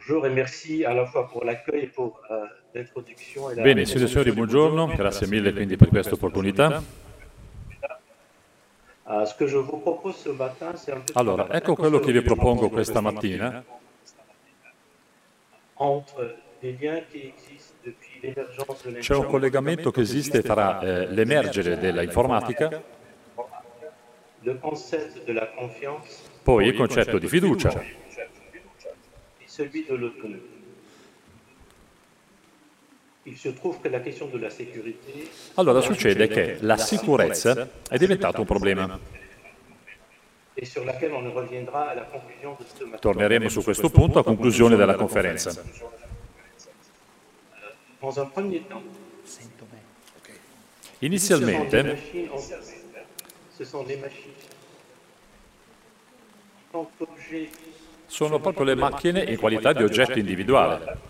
Bonjour et merci à la fois pour l'accueil et pour l'introduction et la Bene, signore e signori, buongiorno, grazie mille quindi per questa opportunità. Ce que je vous propose ce matin, c'est un peu de Allora, ecco quello che vi propongo questa mattina. Entre les liens qui existent depuis l'émergence de C'è un collegamento che esiste tra l'emergere dell'informatica, le concept de la confiance poi il concetto di fiducia et celui de l'autonomie. Il se trouve que la question de la sécurité. Allora succede che la sicurezza è diventata un problema. Et sur laquelle on reviendra à la conclusion de ce matin. Torneremo su questo punto a conclusione della conferenza. Dans un premier temps, Inizialmente ce sont les machines qui sont objets sono proprio le macchine in qualità di oggetto individuale,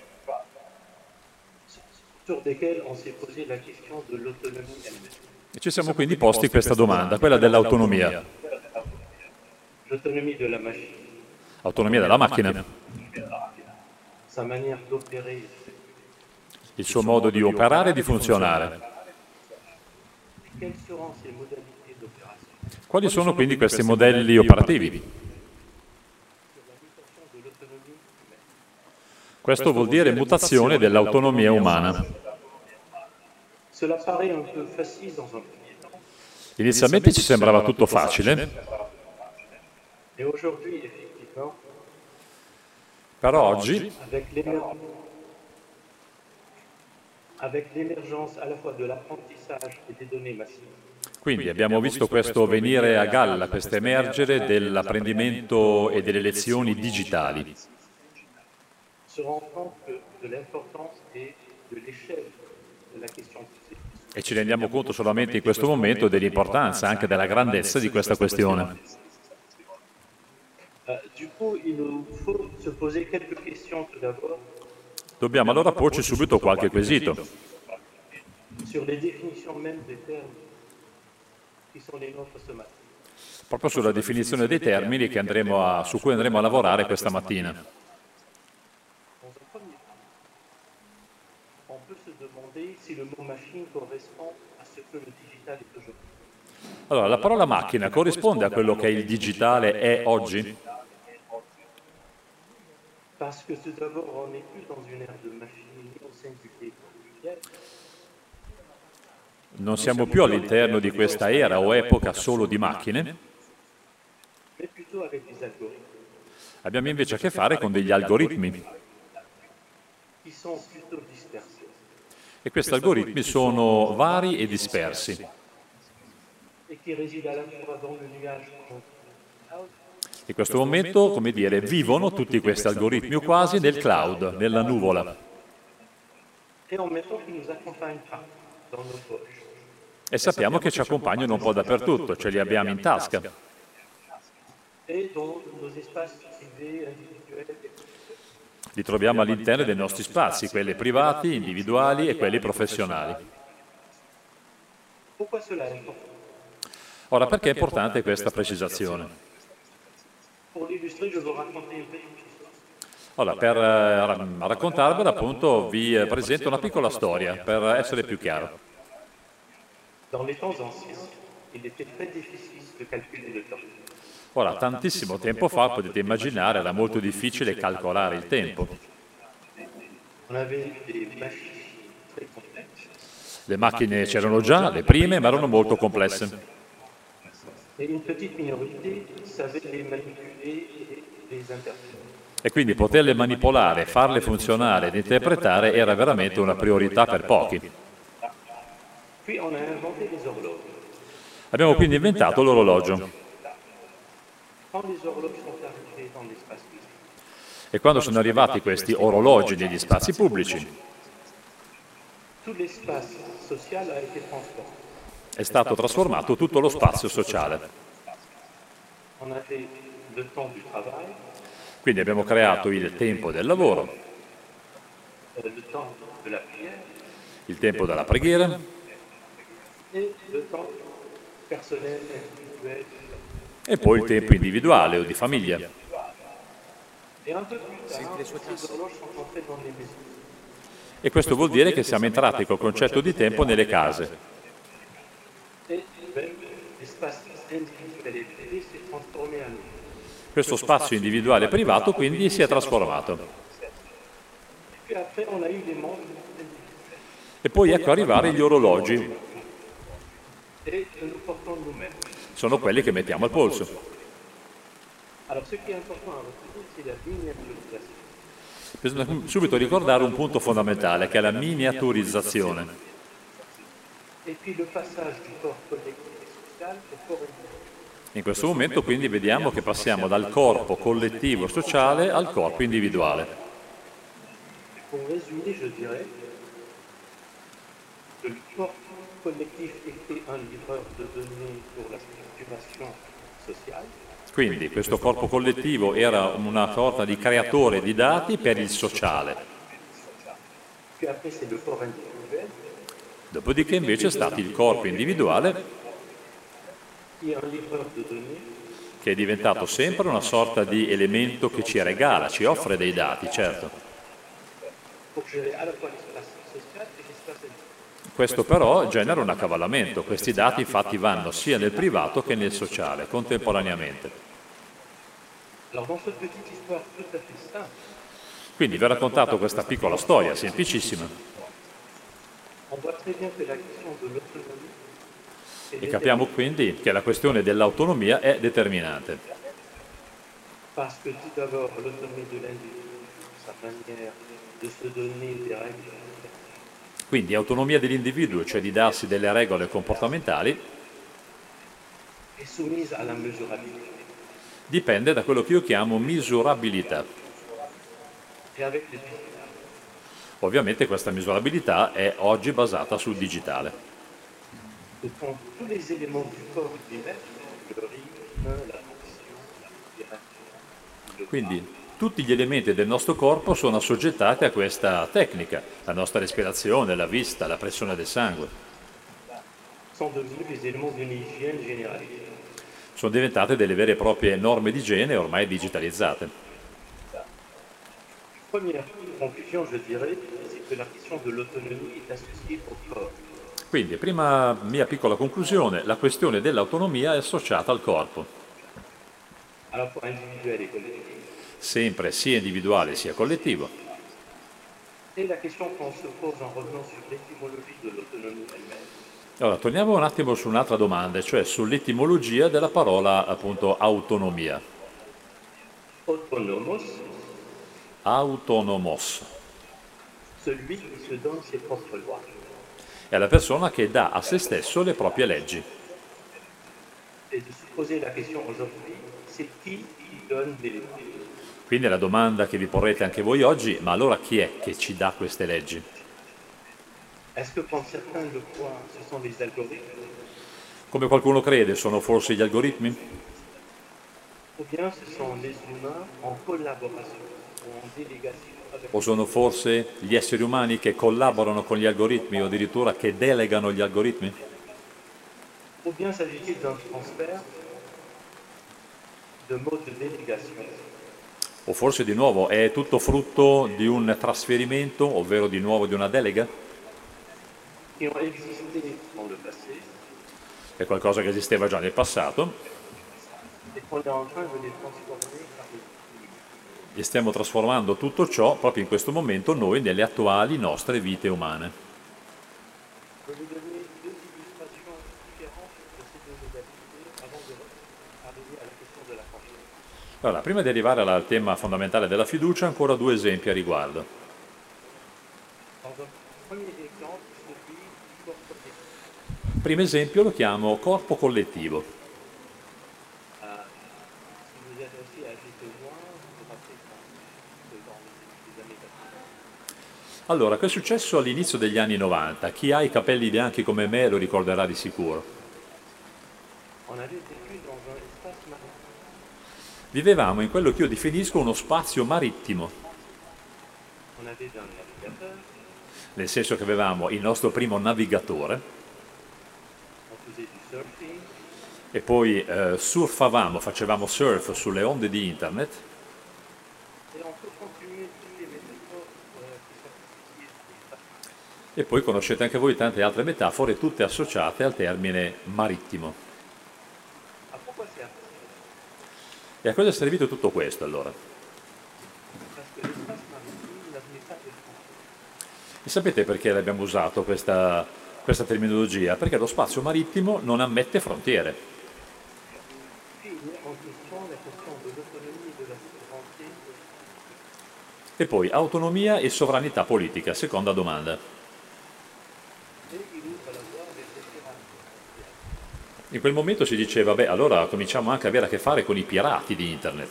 sur desquels on s'est posé la question de l'autonomie elle-même. e ci siamo quindi posti questa domanda, quella dell'autonomia. L'autonomie de la machine, Autonomia della macchina, sa manière d'opérer, il suo modo di operare e di funzionare. quelles seront ses modalités d'opération. Quali sono quindi questi modelli operativi? La mutation de l'autonomie humaine. Questo vuol dire mutazione dell'autonomia umana. Cela paraît un peu facile dans un premier temps, Inizialmente ci sembrava tutto facile, et aujourd'hui, effectivement, però oggi, avec l'émergence à la fois de l'apprentissage et des données massives, quindi abbiamo visto questo venire a galla, questo emergere dell'apprendimento e delle lezioni digitali. se rend compte de l'importance et de l'échelle de la question posée. E ci rendiamo conto solamente in questo momento dell'importanza, anche della grandezza di questa questione. Du coup, il nous faut se poser quelques questions tout d'abord Dobbiamo allora porci subito qualche quesito sur les définitions même des termes qui sont les nôtres ce matin. proprio sulla definizione dei termini su cui andremo a lavorare questa mattina. Dans un premier temps, on peut se demander si le mot machine correspond à ce que le digital est aujourd'hui. Allora, la parola macchina corrisponde a quello che il digitale è oggi? Parce que tout d'abord, on n'est plus dans une ère de machine au singulier pluriel, Non siamo più all'interno di questa era o epoca solo di macchine, mais plutôt avec des algorithmes abbiamo invece a che fare con degli algoritmi. qui sont plutôt dispersés E questi algoritmi sono vari e dispersi. et qui résident à la fois dans le nuage comme le cloud, In questo momento, come dire, vivono tutti questi algoritmi o quasi nel cloud, nella nuvola. et en même temps qui nous accompagnent partout, dans nos poches, E sappiamo che ci accompagnano un po' dappertutto, ce li abbiamo in tasca. et dans nos espaces privés, individuels. Li troviamo all'interno dei nostri spazi, quelli privati, individuali e quelli professionali. Pourquoi cela est important? Ora, perché è importante questa precisazione? Pour l'illustrer, je vais vous raconter une petite histoire. Allora, per raccontarvela, appunto, vi presento una piccola storia, per essere più chiaro. Dans les temps anciens, il était très difficile de calculer le temps. Ora, tantissimo tempo fa, potete immaginare, era molto difficile calcolare il tempo. On avait des machines très complexes Le macchine c'erano già, le prime, ma erano molto complesse. et une petite minorité savait les manipuler et les interpréter. E quindi poterle manipolare, farle funzionare ed interpretare era veramente una priorità per pochi. Puis on a inventé les horloges. Abbiamo quindi inventato l'orologio. Quand les horloges sont arrivées dans l'espace public, E quando sono arrivati questi orologi negli spazi pubblici, tout l'espace social a été transformé. è stato trasformato tutto lo spazio sociale. On avait le temps du travail, Quindi abbiamo creato il tempo del lavoro, le temps de la prière il tempo della preghiera et le temps personnel, individuel. e poi il tempo individuale o di famiglia. Et un peu plus tard, ces horloges sont entrées dans les maisons. E questo vuol dire che siamo entrati col concetto di tempo nelle case. Et même l'espace individuel et privé s'est transformé en nous. Questo spazio individuale e privato quindi si è trasformato. Et puis après, on a eu les montres individuelles. E poi ecco arrivare gli orologi, Et nous portons nous-mêmes. sono quelli che mettiamo al polso. Alors, ce qui est important à retenir, c'est la miniaturisation. Bisogna subito ricordare un punto fondamentale, che è la miniaturizzazione. Et puis le passage du corps collectif et social au corps individuel. In questo momento quindi vediamo che passiamo dal corpo collettivo sociale al corpo individuale. Pour résumer, je dirais que le corps collectif était un livreur de données pour la structuration sociale. Quindi questo corpo collettivo era una sorta di creatore di dati per il sociale. Puis après, c'est le corps individuel Dopodiché invece è stato il corpo individuale qui est un livreur de données che è diventato sempre una sorta di elemento che ci regala, ci offre dei dati, certo. pour gérer à la fois l'espace social et l'espace individuel. Questo però genera un accavallamento. Questi dati infatti vanno sia nel privato che nel sociale, contemporaneamente. Alors, dans cette petite histoire tout à fait simple, Quindi vi ho raccontato questa piccola storia, semplicissima, on voit très bien que la question de l'autonomie est e capiamo quindi che la questione dell'autonomia è determinante. parce que tout d'abord, l'autonomie de l'individu, sa manière de se donner des règles, Quindi autonomia dell'individuo, cioè di darsi delle regole comportamentali, est soumise à la mesurabilité. dipende da quello che io chiamo misurabilità. Et avec le digital, Ovviamente questa misurabilità è oggi basata sul digitale. ce sont tous les éléments du corps humain, le rythme, la tension, la respiration, le Quindi tutti gli elementi del nostro corpo sono assoggettati a questa tecnica, la nostra respirazione, la vista, la pressione del sangue. sont devenus des éléments d'une hygiène généralisée. Sono diventate delle vere e proprie norme di igiene ormai digitalizzate. Première conclusion, je dirais, c'est que la question de l'autonomie est associée au corps. Quindi, prima mia piccola conclusione, la questione dell'autonomia è associata al corpo, À la fois individuel et collectif. sempre sia individuale sia collettivo. Et la question qu'on se pose en revenant sur l'étymologie de l'autonomie elle-même, Allora, torniamo un attimo su un'altra domanda, cioè sull'etimologia della parola appunto autonomia. autonomos, Autonomos. celui qui se donne ses propres lois. È la persona che dà a se stesso le proprie leggi. Et de se poser la question aujourd'hui, c'est qui donne des lois? Quindi la domanda che vi porrete anche voi oggi, ma allora chi è che ci dà queste leggi? Est-ce que quand certains le croient, ce sont les algorithmes, Come qualcuno crede, sono forse gli algoritmi? ou bien ce sont les humains en collaboration ou en délégation avec O sono forse gli esseri umani che collaborano con gli algoritmi o addirittura che delegano gli algoritmi? ou bien s'agit-il d'un transfert de mode de délégation O forse di nuovo è tutto frutto di un trasferimento, ovvero di nuovo di una delega? qui ont existé dans le passé È qualcosa che esisteva già nel passato et qu'on est en train de les transformer par les e stiamo trasformando tutto ciò proprio in questo momento noi nelle attuali nostre vite umane. Je vais donner deux illustrations différentes de ces deux modalités avant d'arriver à la question de la confiance. Allora, prima di arrivare al tema fondamentale della fiducia, ancora due esempi a riguardo. Dans un premier exemple, celui du corps collectif. Primo esempio lo chiamo corpo collettivo. Si vous êtes aussi âgé que moi, vous vous rappelez que dans les années 80, Allora, che è successo all'inizio degli anni 90? Chi ha i capelli bianchi come me lo ricorderà di sicuro. on avait vécu dans un espace marin. Vivevamo in quello che io definisco uno spazio marittimo, On avait un navigateur, nel senso che avevamo il nostro primo navigatore on faisait du surfing, e poi surfavamo, facevamo surf sulle onde di internet Et on peut continuer toutes les métaphores qui sont utilisées dans l'espace. E poi conoscete anche voi tante altre metafore, tutte associate al termine marittimo. Ah, pourquoi c'est artificiel? E a cosa è servito tutto questo allora? Parce que l'espace maritime n'admet pas de frontières. E sapete perché l'abbiamo usato questa terminologia? Perché lo spazio marittimo non ammette frontiere. Puis il met en question la question de l'autonomie et de la souveraineté politique. E poi autonomia e sovranità politica, seconda domanda. Et il ouvre la voie à des opérations spatiales. In quel momento si diceva, beh, allora cominciamo anche a avere a che fare con i pirati di Internet.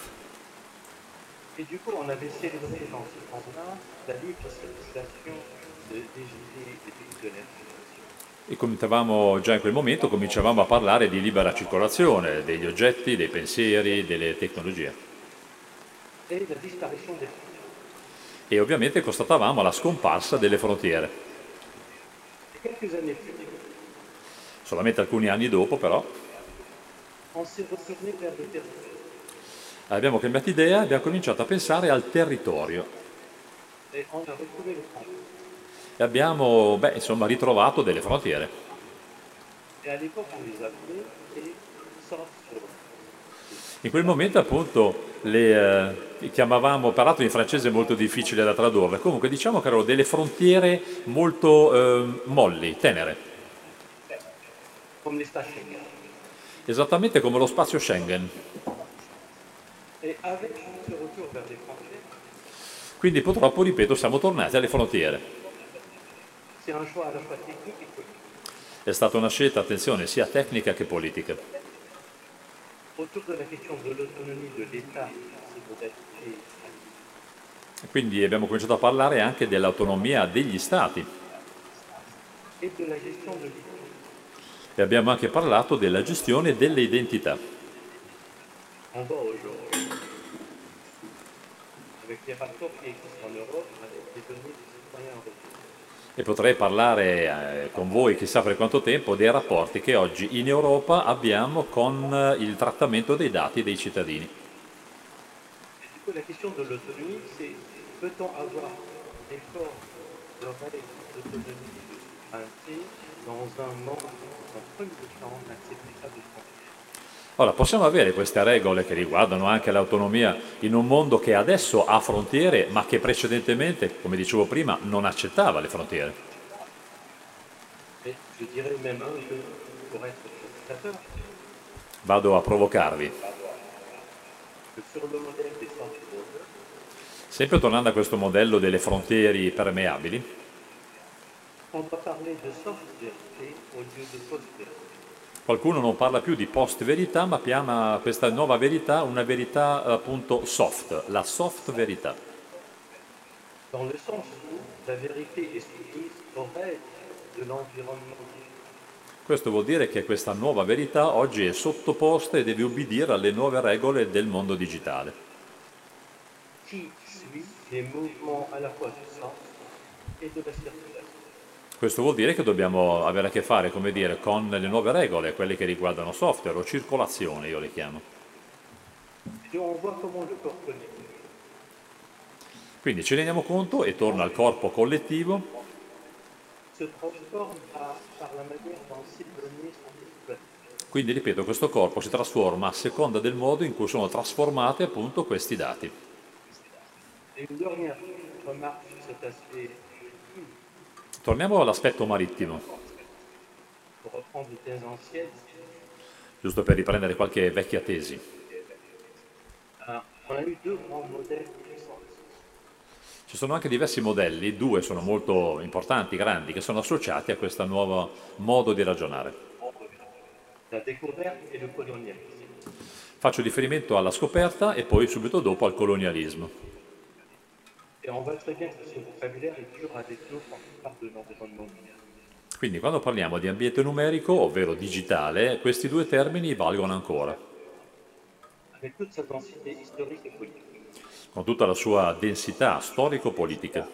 Et du coup, on avait célébré dans ce temps-là la libre circulation des idées et de l'information. E cominciavamo, già in quel momento cominciavamo a parlare di libera circolazione degli oggetti, dei pensieri, delle tecnologie. Et la disparition des frontières. E ovviamente constatavamo la scomparsa delle frontiere. Et quelques années plus tard, Solamente alcuni anni dopo, però, on s'est retourné vers le territoire. abbiamo cambiato idea e abbiamo cominciato a pensare al territorio. Et on a retrouvé le frontières. E abbiamo, beh, insomma, ritrovato delle frontiere. Et à l'époque, on les appelait les soft zones. In quel momento appunto le chiamavamo, parlato in francese è molto difficile da tradurre, comunque diciamo che erano delle frontiere molto molli, tenere, Comme l'espace Schengen. esattamente come lo spazio Schengen. Et avec ce retour vers les frontières, Quindi purtroppo, ripeto, siamo tornati alle frontiere. c'est un choix à la fois technique et politique. È stata una scelta, attenzione, sia tecnica che politica. Autour de la question de l'autonomie de l'État, ses modalités, Quindi abbiamo cominciato a parlare anche dell'autonomia degli stati et de la gestion de l'identité. e abbiamo anche parlato della gestione delle identità. On voit aujourd'hui, avec les rapports qui existent en Europe, avec les données des citoyens européens, E potrei parlare con voi, chissà per quanto tempo, dei rapporti che oggi in Europa abbiamo con il trattamento dei dati dei cittadini. et du coup, la question de l'autonomie, c'est peut-on avoir des formes de règles d'autonomie et de souveraineté dans un monde, dans un premier temps, n'acceptait pas de frontières. Ora, possiamo avere queste regole che riguardano anche l'autonomia in un mondo che adesso ha frontiere, ma che precedentemente, come dicevo prima, non accettava le frontiere. Et je dirais même un peu, pour être provocateur, Vado a provocarvi. que sur le modèle des soft borders, Sempre tornando a questo modello delle frontiere permeabili, on doit parler de soft vérité au lieu de post vérité. qualcuno non parla più di post-verità, ma chiama questa nuova verità una verità appunto soft, la soft verità. Dans le sens où la vérité est soumise aux règles de l'environnement digital. Questo vuol dire che questa nuova verità oggi è sottoposta e deve ubbidire alle nuove regole del mondo digitale, Qui suit les mouvements à la fois du sens et de la circulation. Questo vuol dire che dobbiamo avere a che fare, come dire, con le nuove regole, quelle che riguardano software o circolazione, io le chiamo. Et on voit comment le corps collectif Quindi ci rendiamo conto e torna al corpo collettivo, se transforme par la manière dont ces données sont exploitées. quindi ripeto, questo corpo si trasforma a seconda del modo in cui sono trasformati appunto questi dati. Et une dernière remarque sur cet aspect, Torniamo all'aspetto marittimo, pour reprendre des thèses anciennes, giusto per riprendere qualche vecchia tesi. on a eu deux grands modèles de puissance. Ci sono anche diversi modelli, due sono molto importanti, grandi, che sono associati a questo nuovo modo di ragionare. La découverte et le colonialisme. Faccio riferimento alla scoperta e poi subito dopo al colonialismo. Et on voit très bien que ce vocabulaire est dur avec nous quand on parle de l'environnement numérique. Quindi quando parliamo di ambiente numerico, ovvero digitale, questi due termini valgono ancora, Avec toute sa densité historique et politique. con tutta la sua densità storico-politica.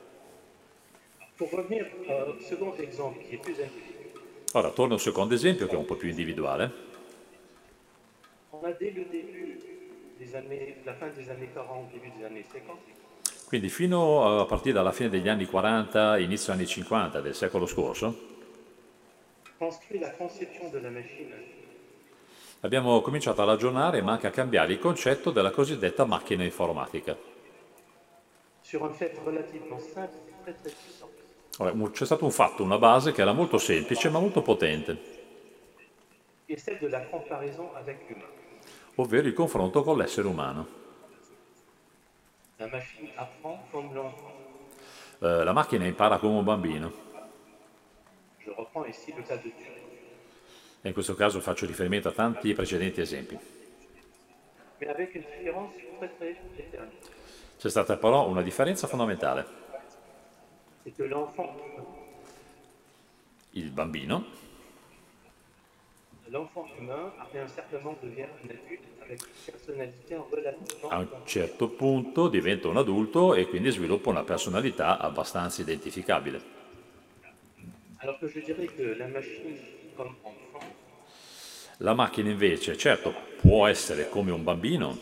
Pour revenir au second exemple qui est plus individuel, Ora torno al secondo esempio che è un po' più individuale. on a dès le début la fin des années 40, début des années 50, Quindi fino a partire dalla fine degli anni 40, inizio anni 50 del secolo scorso, construit la conception de la machine abbiamo cominciato a ragionare ma anche a cambiare il concetto della cosiddetta macchina informatica. sur un fait relativement simple et très très puissant, Ora, c'è stato un fatto, una base che era molto semplice ma molto potente, qui est celle de la comparaison avec l'humain. ovvero il confronto con l'essere umano. La machine apprend comme l'enfant. La macchina impara come un bambino, Je reprends ici le cas de Turing. e in questo caso faccio riferimento a tanti precedenti esempi. Mais avec une différence très très déterminante. C'è stata però una differenza fondamentale. C'est que Il bambino l'enfant humain, après un certain moment, devient un adulte avec une personnalité relativement a un identique. certo punto diventa un adulto e quindi sviluppa una personalità abbastanza identificabile. Alors que je dirais que la machine, comme enfant, La macchina invece, certo, può essere come un bambino,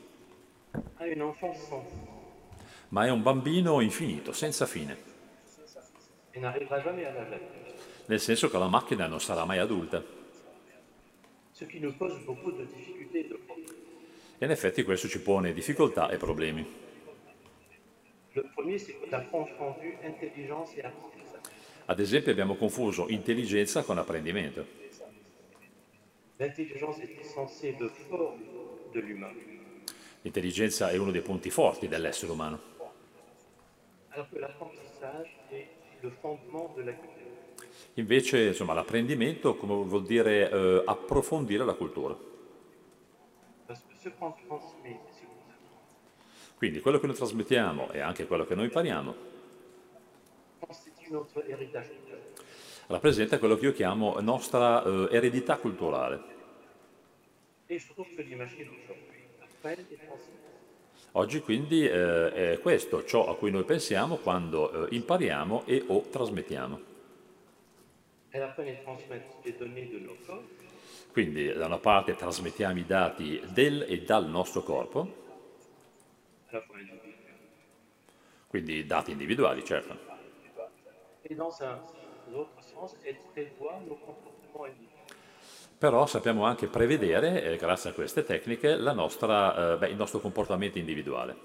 a une enfance sans fin ma è un bambino infinito, senza fine, et n'arrivera jamais à l'âge adulte. nel senso che la macchina non sarà mai adulta. Ce qui nous pose beaucoup de difficultés et de problèmes. E in effetti questo ci pone difficoltà e problemi. Le premier, c'est qu'on a confondu intelligence et apprentissage. Ad esempio abbiamo confuso intelligenza con apprendimento. L'intelligence est censée le fort de l'humain, L'intelligenza è uno dei punti forti dell'essere umano. alors que l'apprentissage est le fondement de la culture. Invece, insomma, l'apprendimento come vuol dire approfondire la cultura. Parce que ce qu'on transmet, ce qu'on apprend, Quindi quello che noi trasmettiamo e anche quello che noi impariamo constitue notre héritage culturel. rappresenta quello che io chiamo nostra eredità culturale. Et je trouve que les machines aujourd'hui apprennent et transmettent. Oggi quindi è questo ciò a cui noi pensiamo quando impariamo e o trasmettiamo. Elles apprennent et transmettent les données de nos corps, Quindi da una parte trasmettiamo i dati del e dal nostro corpo, à la fois individuelles, quindi dati individuali, certo, et dans un autre sens, elles prévoient nos comportements individuels. però sappiamo anche prevedere, grazie a queste tecniche, il nostro comportamento individuale.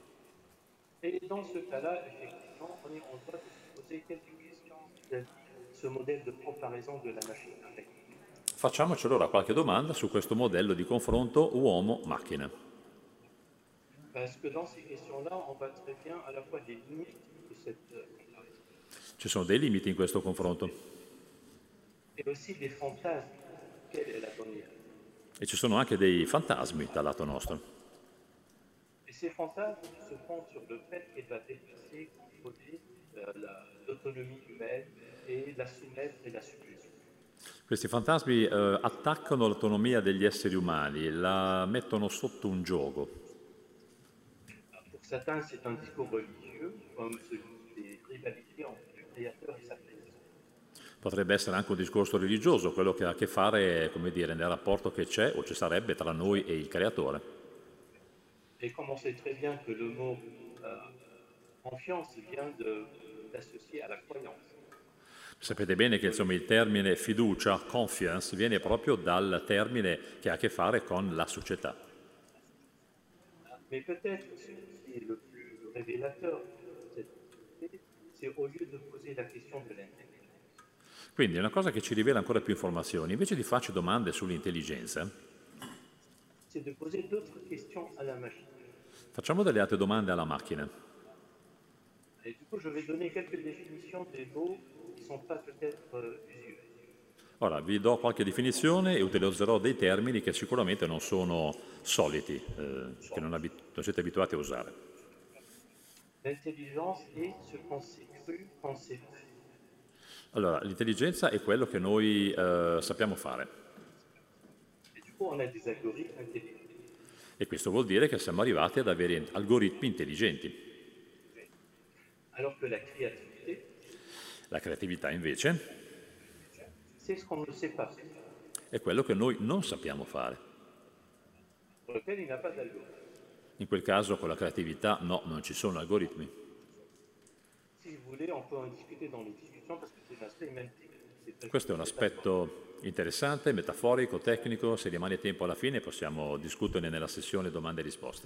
Et dans ce cas-là, effectivement, on doit se poser quelques questions vis-à-vis de ce modèle de comparaison de la machine avec. Facciamoci allora qualche domanda su questo modello di confronto uomo-macchina. Parce que dans ces questions-là, on voit très bien à la fois les limites de cette comparaison Ci sono dei limiti in questo confronto et aussi les fantasmes qu'elle a donnés. e ci sono anche dei fantasmi dal lato nostro. Et ces fantasmes se fondent sur le fait qu'elle va dépasser, contrôler l'autonomie humaine et la soumettre et la subjuguer. Questi fantasmi attaccano l'autonomia degli esseri umani, la mettono sotto un gioco. Pour certains, c'est un discours religieux, comme celui des rivalités entre le créateur et sa création. Potrebbe essere anche un discorso religioso, quello che ha a che fare, come dire, nel rapporto che c'è o ci sarebbe tra noi e il creatore. Et comme on sait très bien que le mot confiance vient d'associer à la croyance. Sapete bene che insomma, il termine fiducia, confiance, viene proprio dal termine che ha a che fare con la società. Mais peut-être ce qui est le plus révélateur de cette idée, c'est au lieu de poser la question de l'intelligence, Quindi è una cosa che ci rivela ancora più informazioni. Invece di farci domande sull'intelligenza, c'est de poser d'autres questions à la machine. facciamo delle altre domande alla macchina. Et du coup, je vais donner quelques définitions des mots qui ne sont pas peut-être usuels. Ora vi do qualche definizione e utilizzerò dei termini che sicuramente non sono soliti, che non siete abituati a usare. L'intelligence est ce qu'on s'est cru penser faire. Allora, l'intelligenza è quello che noi sappiamo fare Et du coup, on a des algorithmes intelligents. e questo vuol dire che siamo arrivati ad avere algoritmi intelligenti. Alors que la créativité, La creatività invece c'est ce qu'on ne sait pas faire. è quello che noi non sappiamo fare. pour lequel il n'y a pas d'algorithme. In quel caso con la creatività no, non ci sono algoritmi. Si vous voulez, on peut en discuter dans les discussions parce que c'est un aspect même technique. Questo è un aspetto interessante, metaforico, tecnico. Se rimane tempo alla fine possiamo discuterne nella sessione domande e risposte.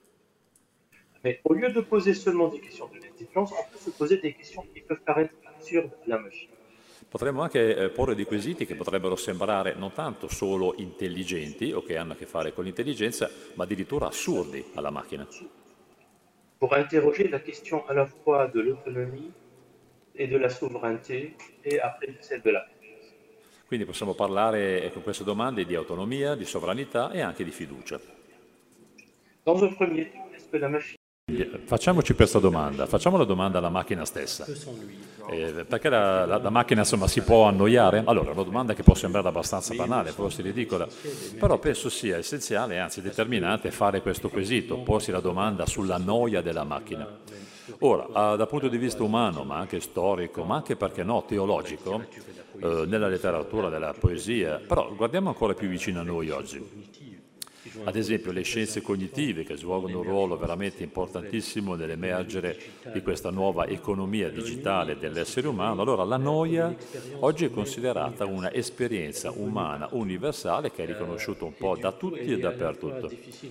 Mais au lieu de poser seulement des questions de l'intelligence, on peut se poser des questions qui peuvent paraître absurdes à la machine. Potremmo anche porre dei quesiti che potrebbero sembrare non tanto solo intelligenti o che hanno a che fare con l'intelligenza, ma addirittura assurdi alla macchina. Pour interroger la question à la fois de l'autonomie et de la souveraineté et après celle de la confiance. Quindi possiamo parlare con queste domande di autonomia, di sovranità e anche di fiducia. Dans un premier temps, est-ce que la machine Facciamoci questa domanda, facciamo la domanda alla macchina stessa. Perché la macchina insomma si può annoiare? Allora, è una domanda che può sembrare abbastanza banale, forse ridicola, però penso sia essenziale, anzi determinante, fare questo quesito, porsi la domanda sulla noia della macchina. Ora, dal punto di vista umano, ma anche storico, ma anche, perché no, teologico, nella letteratura, nella poesia, però guardiamo ancora più vicino a noi oggi. Ad esempio le scienze cognitive, che svolgono un ruolo veramente importantissimo nell'emergere di questa nuova economia digitale dell'essere umano. Allora la noia oggi è considerata una esperienza umana universale che è riconosciuta un po' da tutti e dappertutto.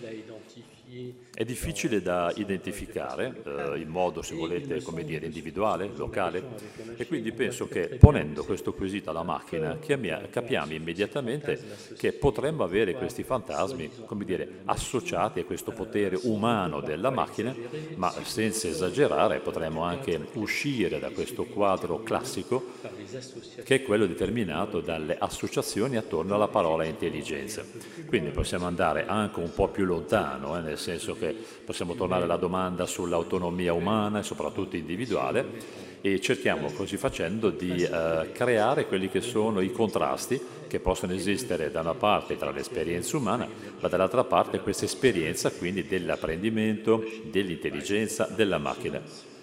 È difficile da identificare in modo, se volete, come dire, individuale, locale, e quindi penso che ponendo questo quesito alla macchina capiamo immediatamente che potremmo avere questi fantasmi, come dire, associati a questo potere umano della macchina, ma senza esagerare potremmo anche uscire da questo quadro classico che è quello determinato dalle associazioni attorno alla parola intelligenza. Quindi possiamo andare anche un po' più lontano, nel senso che possiamo tornare alla domanda sull'autonomia umana e soprattutto individuale, e cerchiamo così facendo di creare quelli che sono i contrasti che possono esistere da una parte tra l'esperienza umana, ma dall'altra parte questa esperienza quindi dell'apprendimento, dell'intelligenza, della macchina.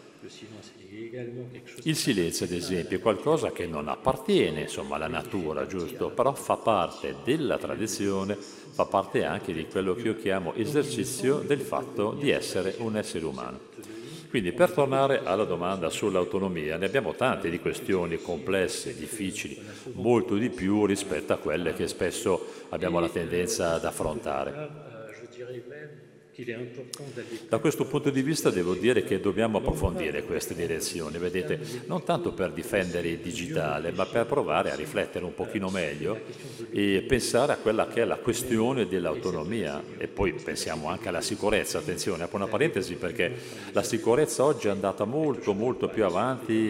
Il silenzio, ad esempio, è qualcosa che non appartiene, insomma, alla natura, giusto? Però fa parte della tradizione, fa parte anche di quello che io chiamo esercizio del fatto di essere un essere umano. Quindi, per tornare alla domanda sull'autonomia, ne abbiamo tante di questioni complesse, difficili, molto di più rispetto a quelle che spesso abbiamo la tendenza ad affrontare. Da questo punto di vista devo dire che dobbiamo approfondire queste direzioni, vedete, non tanto per difendere il digitale, ma per provare a riflettere un pochino meglio e pensare a quella che è la questione dell'autonomia. E poi pensiamo anche alla sicurezza. Attenzione, apro una parentesi, perché la sicurezza oggi è andata molto molto più avanti,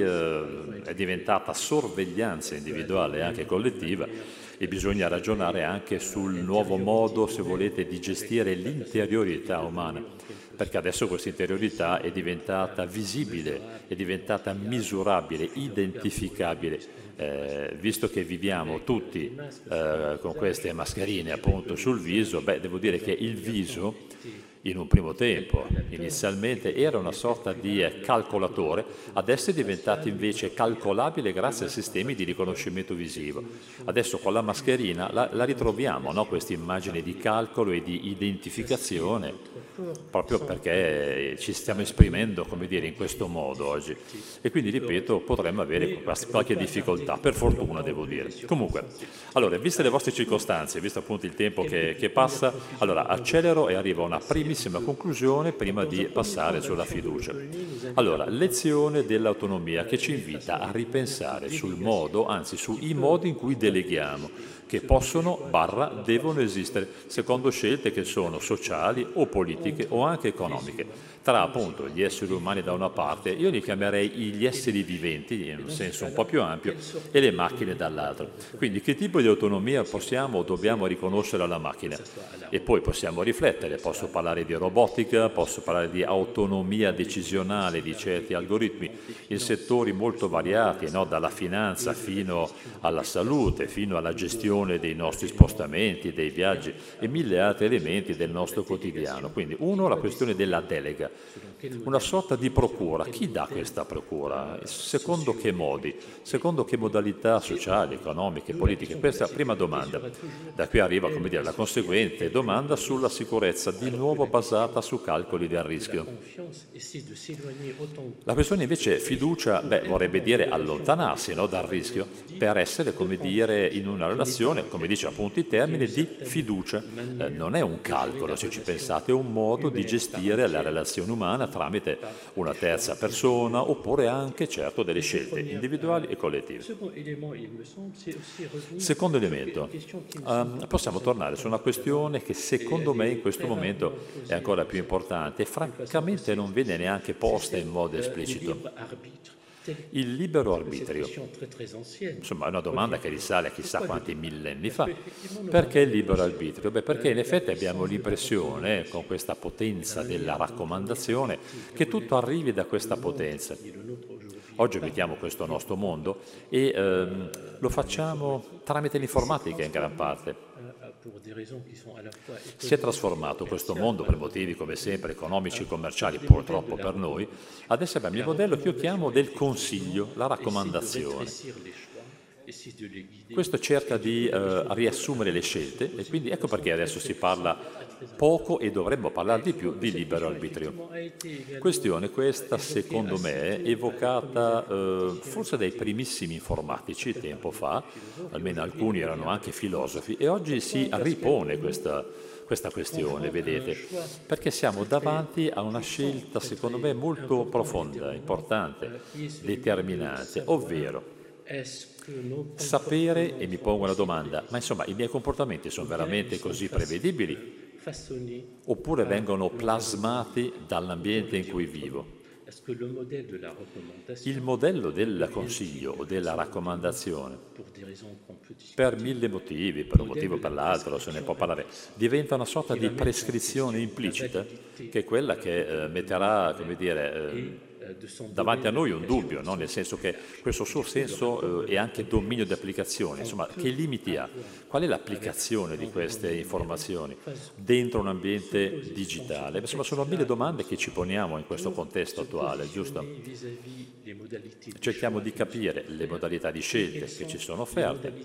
è diventata sorveglianza individuale e anche collettiva, e bisogna ragionare anche sul nuovo modo, se volete, di gestire l'interiorità umana, perché adesso questa interiorità è diventata visibile, è diventata misurabile, identificabile, visto che viviamo tutti con queste mascherine appunto sul viso. Devo dire che il viso in un primo tempo inizialmente era una sorta di calcolatore, adesso è diventato invece calcolabile grazie a sistemi di riconoscimento visivo. Adesso con la mascherina la ritroviamo, no? Questa immagine di calcolo e di identificazione, proprio perché ci stiamo esprimendo, come dire, in questo modo oggi. E quindi, ripeto, potremmo avere qualche difficoltà, per fortuna devo dire. Comunque, allora, viste le vostre circostanze, visto appunto il tempo che passa, allora accelero e arrivo a una primissima conclusione prima di passare sulla fiducia. Allora, lezione dell'autonomia che ci invita a ripensare sul modo, anzi sui modi in cui deleghiamo, che possono / devono esistere secondo scelte che sono sociali o politiche o anche economiche, tra appunto gli esseri umani da una parte, io li chiamerei gli esseri viventi in un senso un po' più ampio, e le macchine dall'altro. Quindi che tipo di autonomia possiamo o dobbiamo riconoscere alla macchina? E poi possiamo riflettere, posso parlare di robotica, posso parlare di autonomia decisionale di certi algoritmi in settori molto variati, no? Dalla finanza fino alla salute, fino alla gestione dei nostri spostamenti, dei viaggi e mille altri elementi del nostro quotidiano. Quindi, uno, la questione della delega. una sorta di procura. Chi dà questa procura? Secondo che modi? Secondo che modalità sociali, economiche, politiche? Questa è la prima domanda. Da qui arriva, come dire, la conseguente domanda sulla sicurezza, di nuovo basata su calcoli del rischio. La questione invece fiducia, vorrebbe dire allontanarsi, no, dal rischio, per essere, come dire, in una relazione, come dice appunto i termini, di fiducia. Non è un calcolo, se ci pensate, è un modo di gestire la relazione umana tramite una terza persona, oppure anche, certo, delle scelte individuali e collettive. Secondo elemento, possiamo tornare su una questione che secondo me in questo momento è ancora più importante e francamente non viene neanche posta in modo esplicito. Il libero arbitrio. Insomma, è una domanda che risale a chissà quanti millenni fa. Perché il libero arbitrio? Perché in effetti abbiamo l'impressione, con questa potenza della raccomandazione, che tutto arrivi da questa potenza. Oggi abitiamo questo nostro mondo e lo facciamo tramite l'informatica in gran parte. Si è trasformato questo mondo per motivi, come sempre, economici e commerciali, purtroppo per noi. Adesso abbiamo il modello che io chiamo del consiglio, la raccomandazione. Questo cerca di riassumere le scelte e quindi ecco perché adesso si parla poco e dovremmo parlare di più di libero arbitrio. Questione questa, secondo me, evocata forse dai primissimi informatici tempo fa, almeno alcuni erano anche filosofi, e oggi si ripone questa questione, vedete, perché siamo davanti a una scelta, secondo me, molto profonda, importante, determinante, ovvero sapere, e mi pongo una domanda, ma insomma i miei comportamenti sono veramente così prevedibili? Oppure vengono plasmati dall'ambiente in cui vivo? Il modello del consiglio o della raccomandazione, per mille motivi, per un motivo o per l'altro, se ne può parlare, diventa una sorta di prescrizione implicita, che è quella che metterà, come dire, davanti a noi un dubbio, no? Nel senso che questo suo senso è anche dominio di applicazione, insomma, che limiti ha? Qual è l'applicazione di queste informazioni dentro un ambiente digitale? Insomma, sono mille domande che ci poniamo in questo contesto attuale, giusto? Cerchiamo di capire le modalità di scelte che ci sono offerte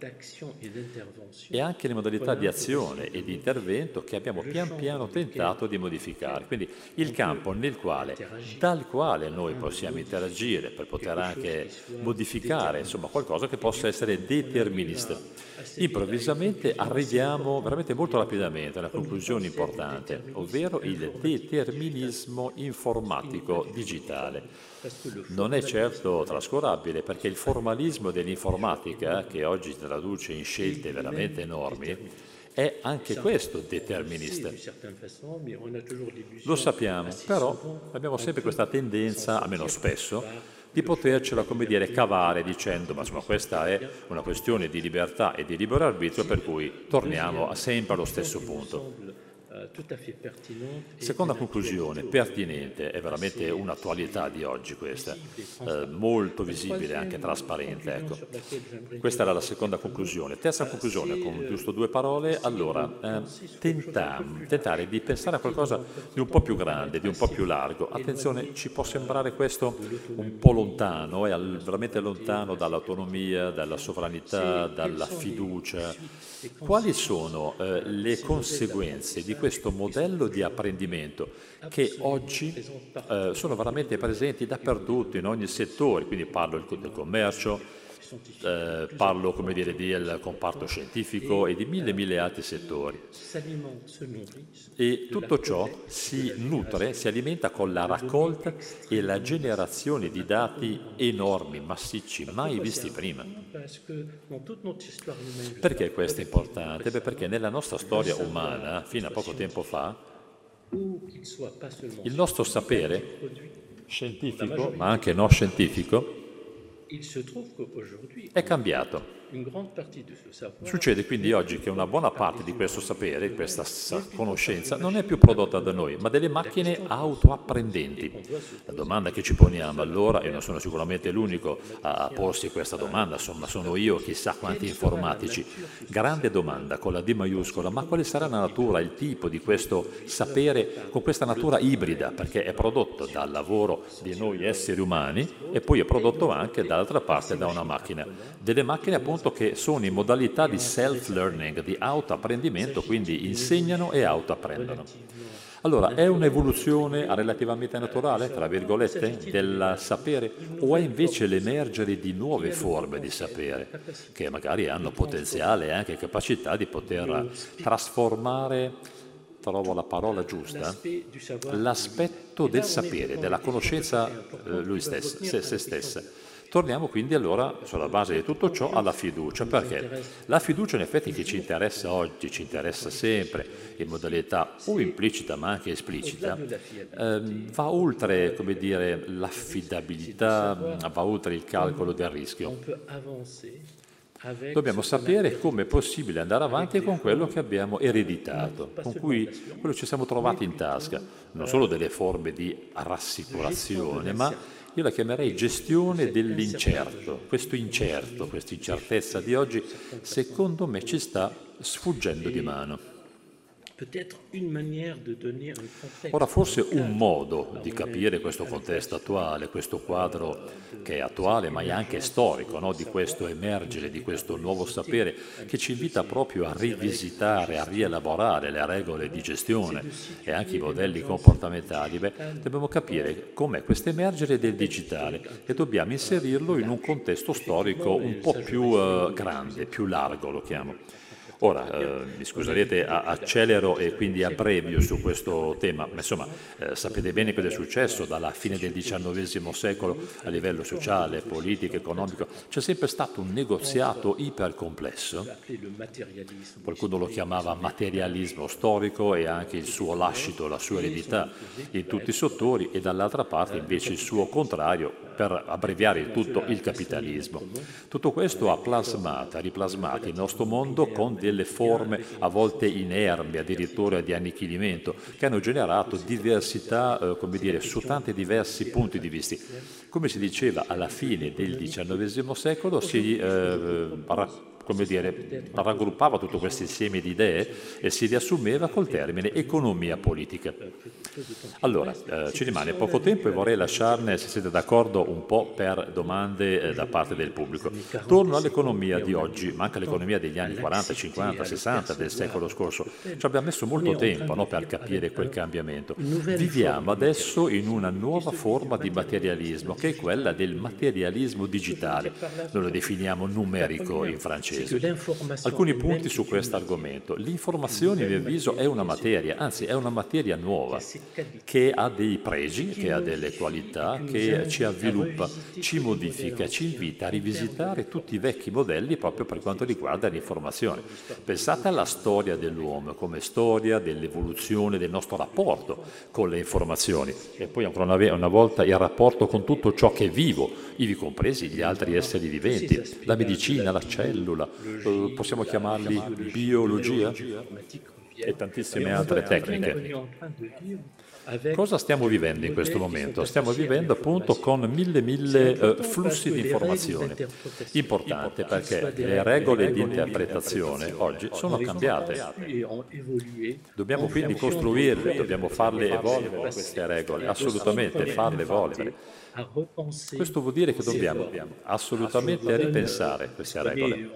e anche le modalità di azione e di intervento che abbiamo pian piano tentato di modificare. Quindi il campo dal quale noi possiamo interagire per poter anche modificare, insomma, qualcosa che possa essere determinista. Improvvisamente arriviamo veramente molto rapidamente a una conclusione importante, ovvero il determinismo informatico digitale. Non è certo trascurabile perché il formalismo dell'informatica, che oggi si traduce in scelte veramente enormi, è anche questo determinista. Lo sappiamo, però abbiamo sempre questa tendenza, almeno spesso, di potercela, come dire, cavare dicendo ma insomma questa è una questione di libertà e di libero arbitrio, per cui torniamo sempre allo stesso punto. Seconda conclusione, pertinente, è veramente un'attualità di oggi questa, molto visibile, anche trasparente, ecco. Questa era la seconda conclusione. Terza conclusione, con giusto due parole, allora, tentare di pensare a qualcosa di un po' più grande, di un po' più largo. Attenzione, ci può sembrare questo un po' lontano, è veramente lontano dall'autonomia, dalla sovranità, dalla fiducia. Quali sono le conseguenze di questo modello di apprendimento che oggi sono veramente presenti dappertutto, in ogni settore? Quindi parlo del commercio, parlo, come dire, del comparto scientifico e di mille altri settori. E tutto ciò si nutre, si alimenta con la raccolta e la generazione di dati enormi, massicci, mai visti prima. Perché questo è importante? Perché nella nostra storia umana, fino a poco tempo fa, il nostro sapere scientifico, ma anche non scientifico, È cambiato. Succede quindi oggi che una buona parte di questo sapere, questa conoscenza, non è più prodotta da noi, ma dalle macchine autoapprendenti. La domanda che ci poniamo allora, e non sono sicuramente l'unico a porsi questa domanda, insomma sono io, chissà quanti informatici, grande domanda con la D maiuscola, ma quale sarà la natura, il tipo di questo sapere con questa natura ibrida, perché è prodotto dal lavoro di noi esseri umani e poi è prodotto anche dall'altra parte da una macchina. Delle macchine appunto che sono in modalità di self-learning, di autoapprendimento, quindi insegnano e autoapprendono. Allora, è un'evoluzione relativamente naturale, tra virgolette, del sapere, o è invece l'emergere di nuove forme di sapere, che magari hanno potenziale e anche capacità di poter trasformare, trovo la parola giusta, l'aspetto del sapere, della conoscenza lui stesso, se stessa. Torniamo quindi allora, sulla base di tutto ciò, alla fiducia, perché la fiducia in effetti che ci interessa oggi, ci interessa sempre, in modalità o implicita ma anche esplicita, va oltre, come dire, l'affidabilità, va oltre il calcolo del rischio. Dobbiamo sapere come è possibile andare avanti con quello che abbiamo ereditato, con cui quello ci siamo trovati in tasca, non solo delle forme di rassicurazione, ma io la chiamerei gestione dell'incerto. Questo incerto, questa incertezza di oggi, secondo me ci sta sfuggendo di mano. Ora, forse un modo di capire questo contesto attuale, questo quadro che è attuale ma è anche storico, no? Di questo emergere, di questo nuovo sapere che ci invita proprio a rivisitare, a rielaborare le regole di gestione e anche i modelli comportamentali, dobbiamo capire com'è questo emergere del digitale e dobbiamo inserirlo in un contesto storico un po' più grande, più largo lo chiamo. Ora, mi scuserete, accelero e quindi abbrevio su questo tema, ma insomma sapete bene cosa è successo dalla fine del XIX secolo a livello sociale, politico, economico. C'è sempre stato un negoziato ipercomplesso, qualcuno lo chiamava materialismo storico e anche il suo lascito, la sua eredità in tutti i settori, e dall'altra parte invece il suo contrario, per abbreviare il tutto, il capitalismo. Tutto questo ha riplasmato il nostro mondo con delle forme a volte inermi, addirittura di annichilimento, che hanno generato diversità, come dire, su tanti diversi punti di vista. Come si diceva, alla fine del XIX secolo si come dire, raggruppava tutto questo insieme di idee e si riassumeva col termine economia politica. Allora, ci rimane poco tempo e vorrei lasciarne, se siete d'accordo, un po' per domande da parte del pubblico. Torno all'economia di oggi, ma anche all'economia degli anni 40, 50, 60 del secolo scorso. Ci abbiamo messo molto tempo, no, per capire quel cambiamento. Viviamo adesso in una nuova forma di materialismo, che è quella del materialismo digitale. Noi lo definiamo numerico in francese. Alcuni punti su questo argomento. L'informazione, a mio avviso, è una materia, anzi è una materia nuova, che ha dei pregi, che ha delle qualità, che ci avviluppa, ci modifica, ci invita a rivisitare tutti i vecchi modelli proprio per quanto riguarda l'informazione. Pensate alla storia dell'uomo come storia dell'evoluzione del nostro rapporto con le informazioni e poi ancora una volta il rapporto con tutto ciò che è vivo, ivi compresi gli altri esseri viventi, la medicina, la cellula, possiamo chiamarli biologia e tantissime altre tecniche. Cosa stiamo vivendo in questo momento? Stiamo vivendo appunto con mille flussi di informazione. Importante perché le regole di interpretazione oggi sono cambiate. Dobbiamo quindi costruirle, dobbiamo farle evolvere queste regole, assolutamente farle evolvere. Questo vuol dire che dobbiamo assolutamente ripensare queste regole.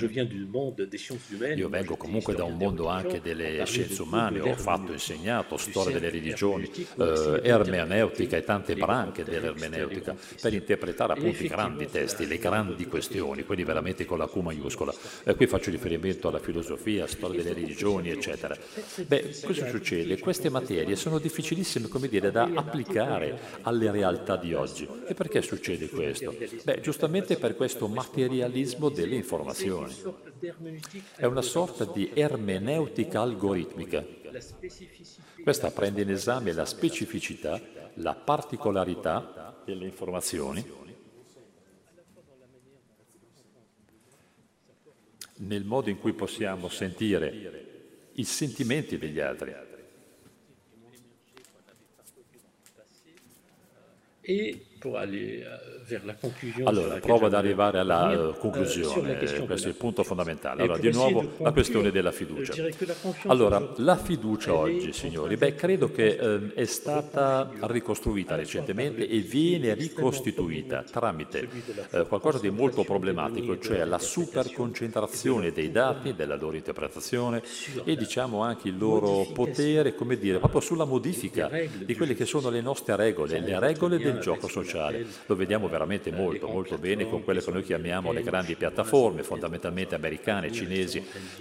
Io vengo comunque da un mondo anche delle scienze umane, ho fatto, insegnato storia delle religioni, ermeneutica e tante branche dell'ermeneutica per interpretare appunto i grandi testi, le grandi questioni, quelli veramente con la Q maiuscola. Qui faccio riferimento alla filosofia, storia delle religioni, eccetera. Cosa succede? Queste materie sono difficilissime, come dire, da applicare alle realtà di oggi. E perché succede questo? Giustamente per questo materialismo delle informazioni. È una sorta di ermeneutica algoritmica. Questa prende in esame la specificità, la particolarità delle informazioni nel modo in cui possiamo sentire i sentimenti degli altri. Allora, provo ad arrivare alla conclusione, questo è il punto fondamentale. Allora, di nuovo la questione della fiducia. Allora, la fiducia oggi, signori, credo che è stata ricostruita recentemente e viene ricostituita tramite qualcosa di molto problematico, cioè la superconcentrazione dei dati, della loro interpretazione e diciamo anche il loro potere, come dire, proprio sulla modifica di quelle che sono le nostre regole, le regole del gioco sociale. Lo vediamo veramente molto, molto bene con quelle che noi chiamiamo le grandi piattaforme, fondamentalmente americane, cinesi,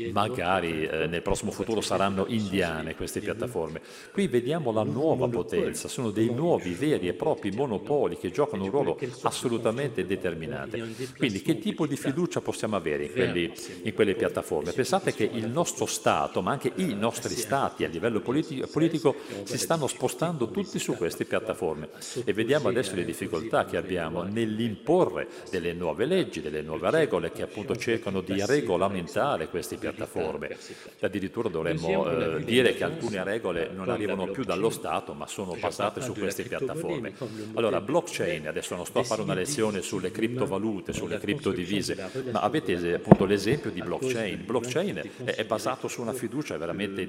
magari nel prossimo futuro saranno indiane queste piattaforme. Qui vediamo la nuova potenza, sono dei nuovi veri e propri monopoli che giocano un ruolo assolutamente determinante. Quindi che tipo di fiducia possiamo avere in quelle piattaforme? Pensate che il nostro Stato, ma anche i nostri Stati a livello politico si stanno spostando tutti su queste piattaforme e vediamo adesso le difficoltà che abbiamo nell'imporre delle nuove leggi, delle nuove regole che appunto cercano di regolamentare queste piattaforme. Addirittura dovremmo dire che alcune regole non arrivano più dallo Stato ma sono basate su queste piattaforme. Allora, blockchain, adesso non sto a fare una lezione sulle criptovalute, sulle criptodivise, ma avete appunto l'esempio di blockchain. Blockchain è basato su una fiducia veramente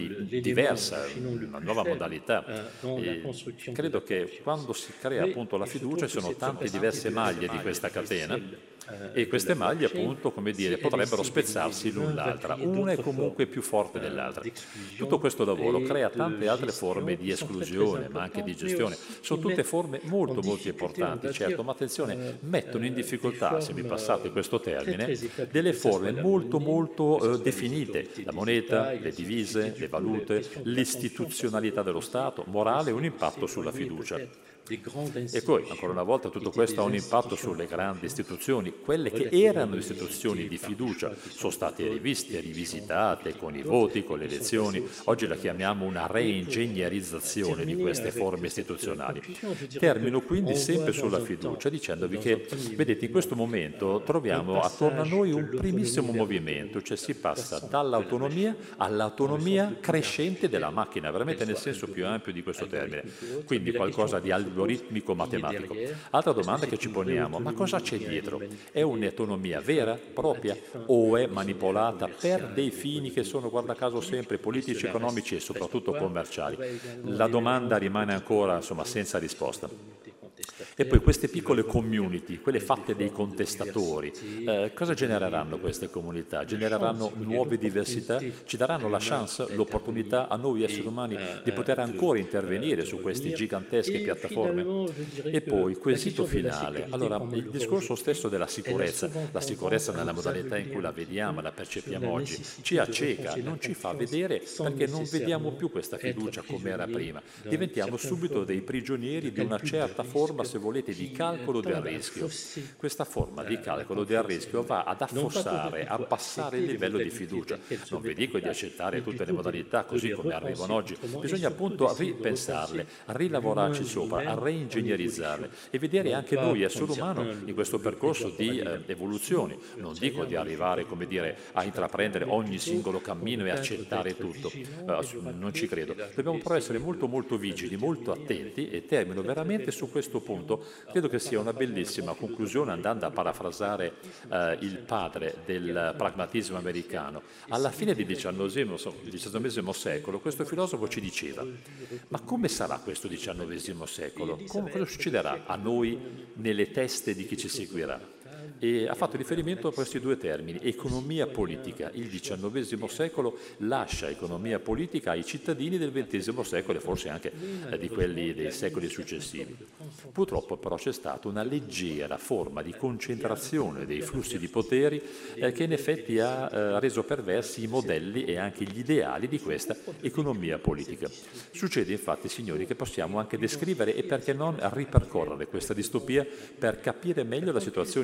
diversa, una nuova modalità. E credo che quando si crea appunto la fiducia ci sono tante diverse maglie di questa catena e queste maglie appunto, come dire, potrebbero spezzarsi l'un l'altra, una è comunque più forte dell'altra. Tutto questo lavoro crea tante altre forme di esclusione ma anche di gestione, sono tutte forme molto molto importanti, certo, ma attenzione, mettono in difficoltà, se mi passate questo termine, delle forme molto molto definite, la moneta, le divise, le valute, l'istituzionalità dello Stato, morale e un impatto sulla fiducia. E poi, ancora una volta, tutto questo ha un impatto sulle grandi istituzioni. Quelle che erano istituzioni di fiducia sono state riviste, rivisitate con i voti, con le elezioni. Oggi la chiamiamo una reingegnerizzazione di queste forme istituzionali. Termino quindi sempre sulla fiducia dicendovi che, vedete, in questo momento troviamo attorno a noi un primissimo movimento, cioè si passa dall'autonomia all'autonomia crescente della macchina, veramente nel senso più ampio di questo termine. Quindi qualcosa di algoritmico matematico. Altra domanda che ci poniamo, ma cosa c'è dietro? È un'autonomia vera, propria, o è manipolata per dei fini che sono, guarda caso, sempre politici, economici e soprattutto commerciali? La domanda rimane ancora, insomma, senza risposta. E poi queste piccole community, quelle fatte dei contestatori, cosa genereranno queste comunità? Genereranno nuove diversità? Ci daranno la chance, l'opportunità a noi esseri umani di poter ancora intervenire su queste gigantesche piattaforme? E poi, quesito finale, allora il discorso stesso della sicurezza, la sicurezza nella modalità in cui la vediamo, la percepiamo oggi, ci acceca, non ci fa vedere perché non vediamo più questa fiducia come era prima, diventiamo subito dei prigionieri di una certa forma, se volete, di calcolo del rischio. Questa forma di calcolo del rischio va ad affossare, a abbassare il livello di fiducia. Non vi dico di accettare tutte le modalità così come arrivano oggi, bisogna appunto ripensarle, rilavorarci sopra, a reingegnerizzarle e vedere anche noi, essere umano, in questo percorso di evoluzione. Non dico di arrivare, come dire, a intraprendere ogni singolo cammino e accettare tutto, non ci credo. Dobbiamo però essere molto molto vigili, molto attenti e termino veramente su questo punto. Credo che sia una bellissima conclusione, andando a parafrasare il padre del pragmatismo americano. Alla fine del XIX secolo questo filosofo ci diceva: ma come sarà questo XIX secolo? Cosa succederà a noi nelle teste di chi ci seguirà? E ha fatto riferimento a questi due termini, economia politica. Il XIX secolo lascia economia politica ai cittadini del XX secolo e forse anche di quelli dei secoli successivi. Purtroppo però c'è stata una leggera forma di concentrazione dei flussi di poteri che in effetti ha reso perversi i modelli e anche gli ideali di questa economia politica. Succede infatti, signori, che possiamo anche descrivere e perché non ripercorrere questa distopia per capire meglio la situazione attuale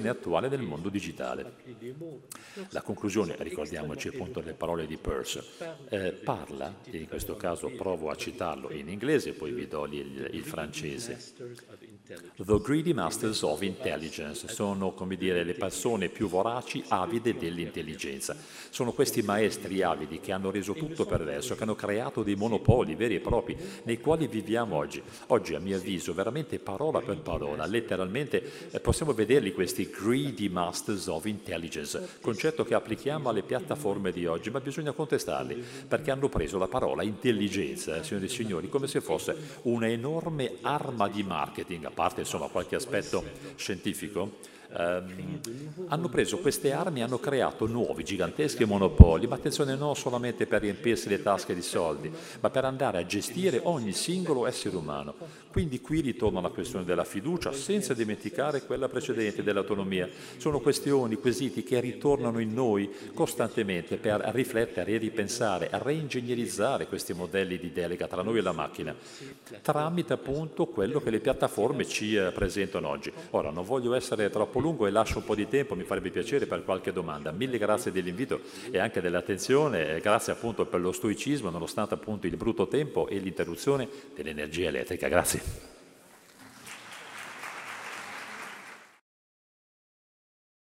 attuale del mondo digitale. La conclusione, ricordiamoci appunto le parole di Peirce, parla, e in questo caso provo a citarlo in inglese, poi vi do il francese. The greedy masters of intelligence sono, come dire, le persone più voraci, avide dell'intelligenza. Sono questi maestri avidi che hanno reso tutto perverso, che hanno creato dei monopoli veri e propri, nei quali viviamo oggi. Oggi, a mio avviso, veramente parola per parola, letteralmente, possiamo vederli questi greedy masters of intelligence, concetto che applichiamo alle piattaforme di oggi, ma bisogna contestarli, perché hanno preso la parola intelligenza, signori e signori, come se fosse una enorme arma di marketing, a parte insomma qualche aspetto scientifico. Hanno preso queste armi e hanno creato nuovi giganteschi monopoli, ma attenzione, non solamente per riempirsi le tasche di soldi, ma per andare a gestire ogni singolo essere umano. Quindi qui ritorna la questione della fiducia, senza dimenticare quella precedente dell'autonomia. Sono questioni, quesiti che ritornano in noi costantemente per riflettere e ripensare, reingegnerizzare questi modelli di delega tra noi e la macchina, tramite appunto quello che le piattaforme ci presentano oggi. Ora, non voglio essere troppo lungo e lascio un po' di tempo, mi farebbe piacere per qualche domanda. Mille grazie dell'invito e anche dell'attenzione, grazie appunto per lo stoicismo, nonostante appunto il brutto tempo e l'interruzione dell'energia elettrica. Grazie.